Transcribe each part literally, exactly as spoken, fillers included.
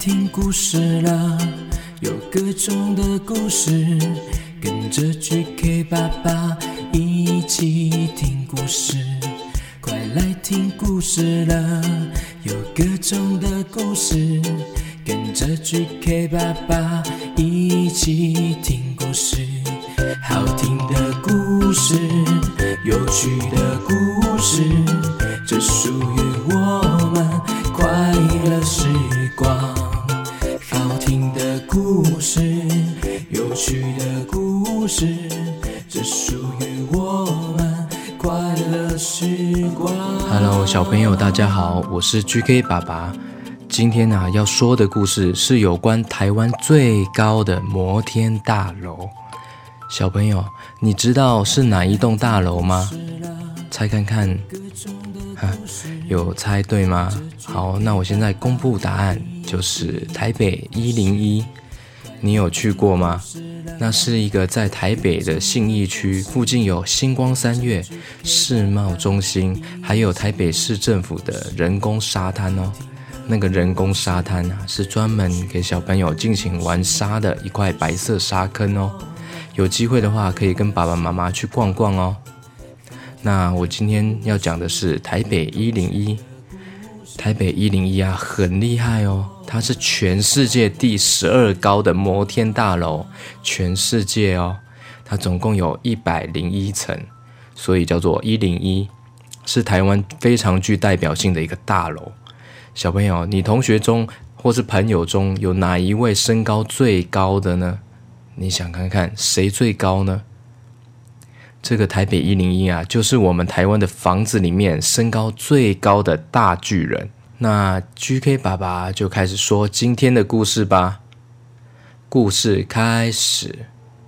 听故事了，有各种的故事，跟着 G K 爸爸一起听故事。快来听故事了，有各种的故事，跟着 G K 爸爸一起听故事。好听的故事，有趣的故事，这属于我们快乐时光。好听的故事，有趣的故事，这属于我们快乐时光。 Hello， 小朋友大家好，我是 G K 爸爸。今天啊要说的故事是有关台湾最高的摩天大楼。小朋友，你知道是哪一栋大楼吗？猜看看，哈，有猜对吗？好，那我现在公布答案，就是台北一零一。你有去过吗？那是一个在台北的信义区，附近有星光三月、世贸中心，还有台北市政府的人工沙滩哦。那个人工沙滩啊，是专门给小朋友尽情玩沙的一块白色沙坑哦。有机会的话，可以跟爸爸妈妈去逛逛哦。那我今天要讲的是台北一零一。台北一零一啊，很厉害哦，它是全世界第十二高的摩天大楼，全世界哦，它总共有一百零一层，所以叫做一零一，是台湾非常具代表性的一个大楼。小朋友，你同学中或是朋友中有哪一位身高最高的呢？你想看看谁最高呢？这个台北一零一啊，就是我们台湾的房子里面身高最高的大巨人。那 G K 爸爸就开始说今天的故事吧。故事开始。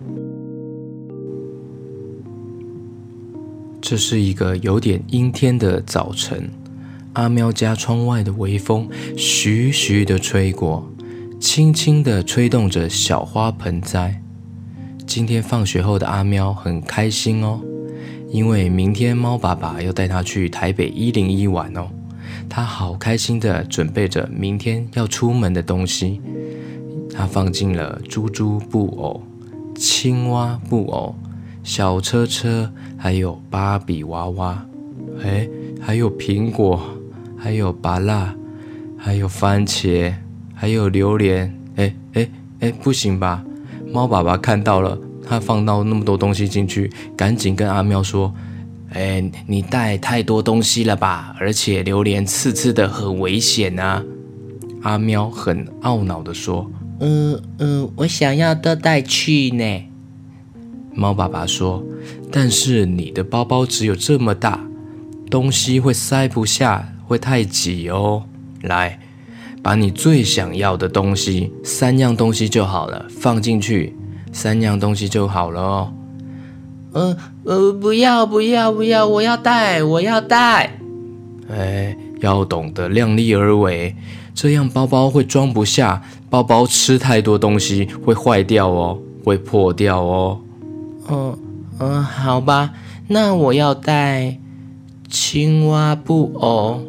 这是一个有点阴天的早晨，阿喵家窗外的微风徐徐地吹过，轻轻地吹动着小花盆栽。今天放学后的阿喵很开心哦，因为明天猫爸爸要带他去台北一零一玩哦。他好开心地准备着明天要出门的东西。他放进了猪猪布偶、青蛙布偶、小车车，还有芭比娃娃，哎，还有苹果，还有芭乐，还有番茄，还有榴莲。哎哎哎，不行吧？猫爸爸看到了，他放到那么多东西进去，赶紧跟阿喵说：“哎，你带太多东西了吧？而且榴莲刺刺的，很危险啊！”阿喵很懊恼地说：“ 嗯嗯，我想要都带去呢。” 猫爸爸说：“但是你的包包只有这么大，东西会塞不下，会太挤哦。来，把你最想要的东西，三样东西就好了，放进去，三样东西就好了哦。” 呃呃，不要不要不要，我要带我要带。 哎，要懂得量力而为，这样包包会装不下，包包吃太多东西会坏掉哦，会破掉哦。 嗯嗯，好吧，那我要带青蛙布偶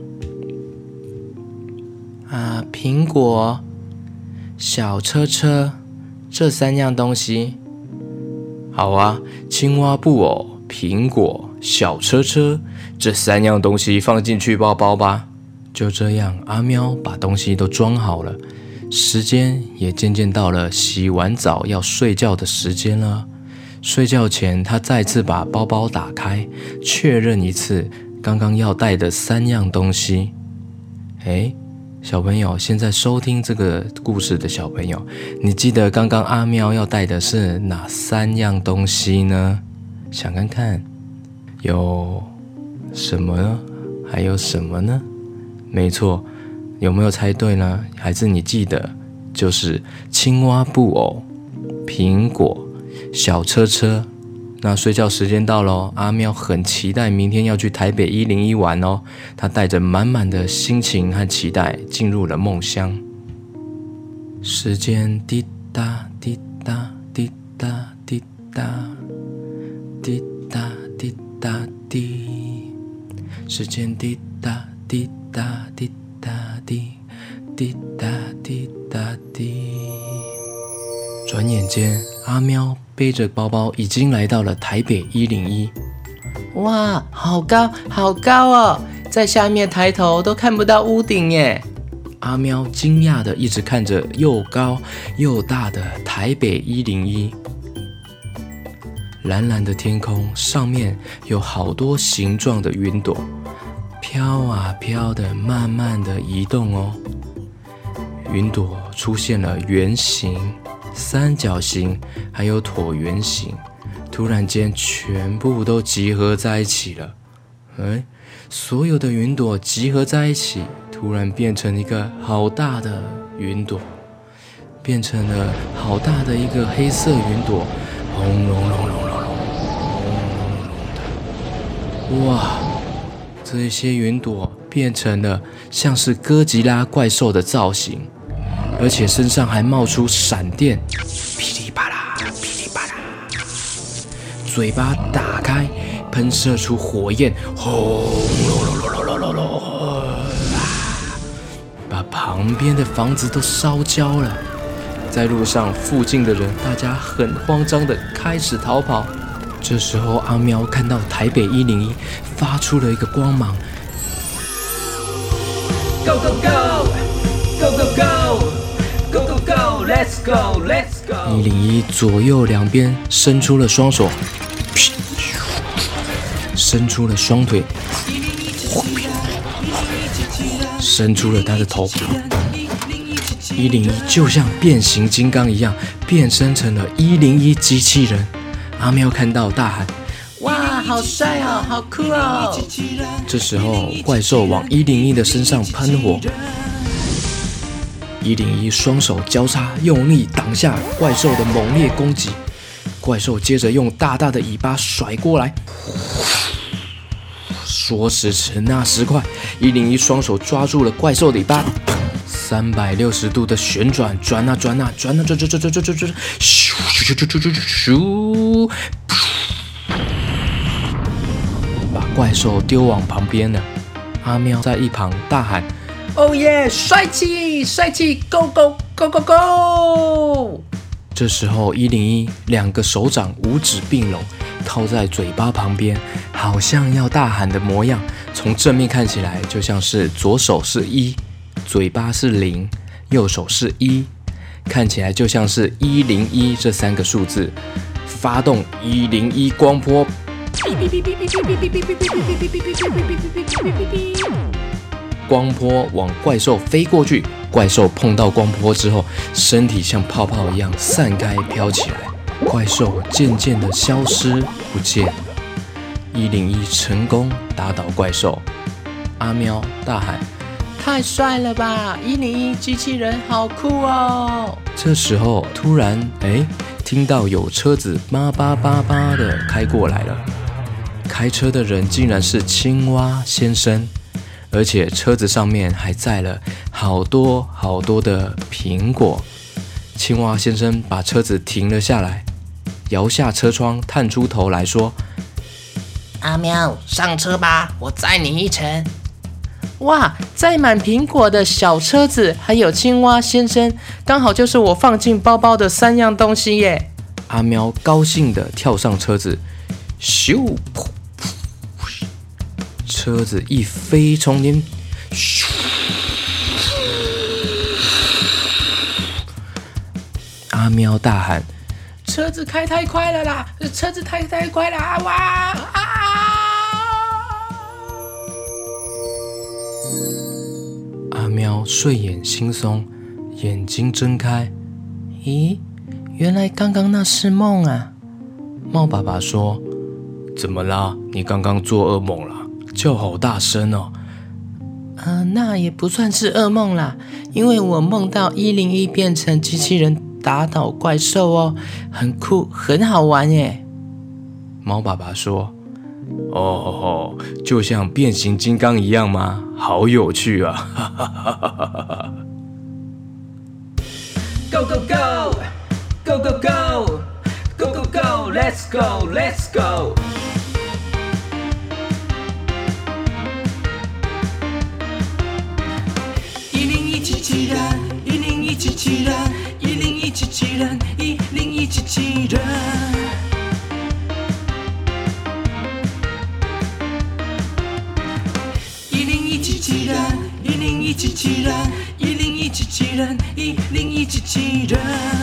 啊，苹果、小车车这三样东西。 好啊，青蛙布偶、苹果、小车车这三样东西放进去包包吧。就这样，阿喵把东西都装好了，时间也渐渐到了洗完澡要睡觉的时间了。睡觉前，他再次把包包打开，确认一次刚刚要带的三样东西。诶，小朋友，现在收听这个故事的小朋友，你记得刚刚阿喵要带的是哪三样东西呢？想看看有什么呢？还有什么呢？没错，有没有猜对呢？还是你记得就是青蛙布偶、苹果、小车车。那睡觉时间到咯，阿喵很期待明天要去台北一零一玩哦。他带着满满的心情和期待进入了梦乡。时间滴答滴答滴答滴答滴答滴答滴，时间滴答滴答滴答滴滴答滴滴答滴。转眼间，阿喵背着包包已经来到了台北一零一。 哇，好高好高哦，在下面抬头都看不到屋顶耶。 阿喵惊讶地一直看着又高又大的台北一零一。蓝蓝的天空上面有好多形状的云朵，飘啊飘的，慢慢的移动哦。云朵出现了圆形、三角形，还有椭圆形，突然间全部都集合在一起了。哎，所有的云朵集合在一起，突然变成一个好大的云朵，变成了好大的一个黑色云朵，轰隆隆隆隆隆，轰隆隆的。哇，这些云朵变成了像是哥吉拉怪兽的造型，而且身上还冒出闪电，噼里啪啦，噼里啪啦，嘴巴打开，喷射出火焰，轰隆隆隆隆隆隆，把旁边的房子都烧焦了。在路上，附近的人大家很慌张的开始逃跑。这时候，阿喵看到台北一零一发出了一个光芒 ，Go go go go go go go go go Let's go Let's go。 一零一左右两边伸出了双手，伸出了双腿，伸出了他的头。一零一就像变形金刚一样，变身成了一零一机器人。阿喵看到大喊：“ 哇，好帅哦，好酷哦！” 这时候，怪兽往一零一的身上喷火。一零一双手交叉，用力挡下怪兽的猛烈攻击。怪兽接着用大大的尾巴甩过来，说时迟，那时快，一零一双手抓住了怪兽的尾巴，三百六十度的旋转，转啊转啊转啊转转转转转转转，咻咻咻咻咻咻，把怪兽丢往旁边了。阿喵在一旁大喊：“ 哦耶，帅气帅气 ，Go Go Go Go Go！” 这时候，一零一两个手掌五指并拢，靠在嘴巴旁边，好像要大喊的模样。从正面看起来，就像是左手是一，嘴巴是零，右手是一，看起来就像是一零一这三个数字。发动一零一光波，光波往怪兽飞过去，怪兽碰到光波之后，身体像泡泡一样散开飘起来，怪兽渐渐的消失不见。一零一成功打倒怪兽，阿喵大喊：“ 太帅了吧！一零一机器人好酷哦！” 这时候突然，哎，听到有车子叭叭叭叭的开过来了。开车的人竟然是青蛙先生，而且车子上面还载了好多好多的苹果。青蛙先生把车子停了下来，摇下车窗，探出头来说：“ 阿喵，上车吧，我载你一程。”哇，载满苹果的小车子，还有青蛙先生，刚好就是我放进包包的三样东西耶！ 阿喵高兴地跳上车子，咻！车子一飞冲天，咻！阿喵大喊：“ 车子开太快了啦！车子开太快了啊！哇啊！” 阿喵睡眼惺忪，眼睛睁开， 咦，原来刚刚那是梦啊！ 猫爸爸说：“怎么啦？你刚刚做噩梦啦？叫好大声哦！” 呃，那也不算是噩梦啦，因为我梦到一零一变成机器人打倒怪兽哦，很酷，很好玩耶。 猫爸爸说：“哦，就像变形金刚一样吗？好有趣啊！”哈哈哈哈哈哈。 Go go go go go go go go go Let's go Let's go。一零一机器人，一零一七人，一零一机器人，一零一机器人。一零一机器人，一零一机器人，一零一机器人，一零一机器人。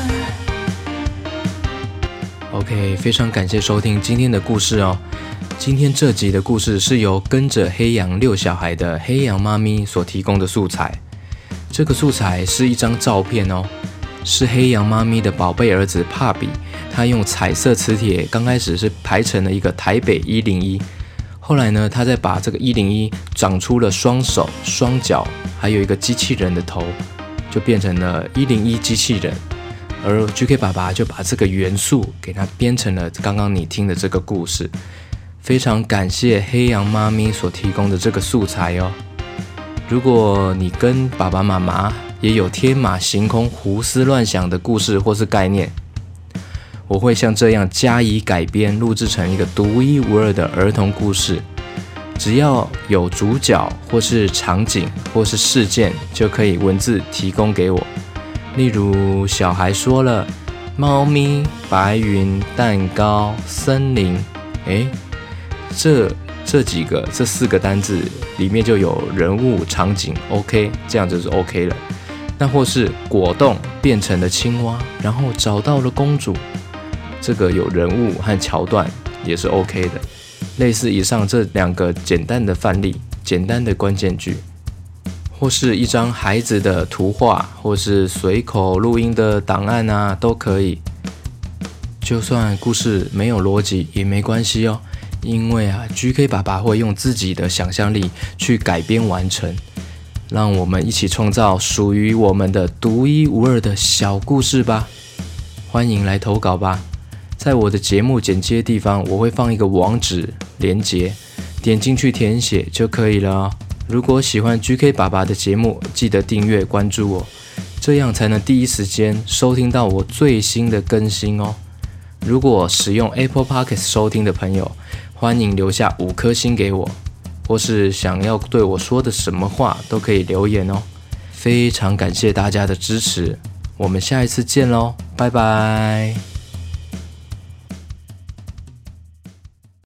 OK， 非常感谢收听今天的故事哦。今天这集的故事是由跟着黑羊遛小孩的黑羊妈咪所提供的素材。这个素材是一张照片哦，是黑羊妈咪的宝贝儿子帕比，他用彩色磁铁刚开始是排成了一个台北一零一，后来呢，他再把这个一零一长出了双手、双脚，还有一个机器人的头，就变成了一零一机器人。而 G K 爸爸就把这个元素给它编成了刚刚你听的这个故事。非常感谢黑羊妈咪所提供的这个素材哦。如果你跟爸爸妈妈也有天马行空、胡思乱想的故事或是概念，我会像这样加以改编，录制成一个独一无二的儿童故事。只要有主角或是场景或是事件，就可以文字提供给我。例如小孩说了猫咪、白云、蛋糕、森林，诶这这几个这四个单字里面就有人物场景 OK， 这样就是 OK 了。那或是果冻变成了青蛙，然后找到了公主，这个有人物和桥段也是 OK 的。类似以上这两个简单的范例，简单的关键句，或是一张孩子的图画，或是随口录音的档案啊，都可以。就算故事没有逻辑也没关系哦，因为啊 G K 爸爸会用自己的想象力去改编完成，让我们一起创造属于我们的独一无二的小故事吧。欢迎来投稿吧，在我的节目简介地方我会放一个网址连结，点进去填写就可以了哦。如果喜欢 G K 爸爸的节目，记得订阅关注我，这样才能第一时间收听到我最新的更新哦。如果使用 Apple Podcast 收听的朋友，欢迎留下五颗星给我，或是想要对我说的什么话都可以留言哦。非常感谢大家的支持，我们下一次见咯，拜拜。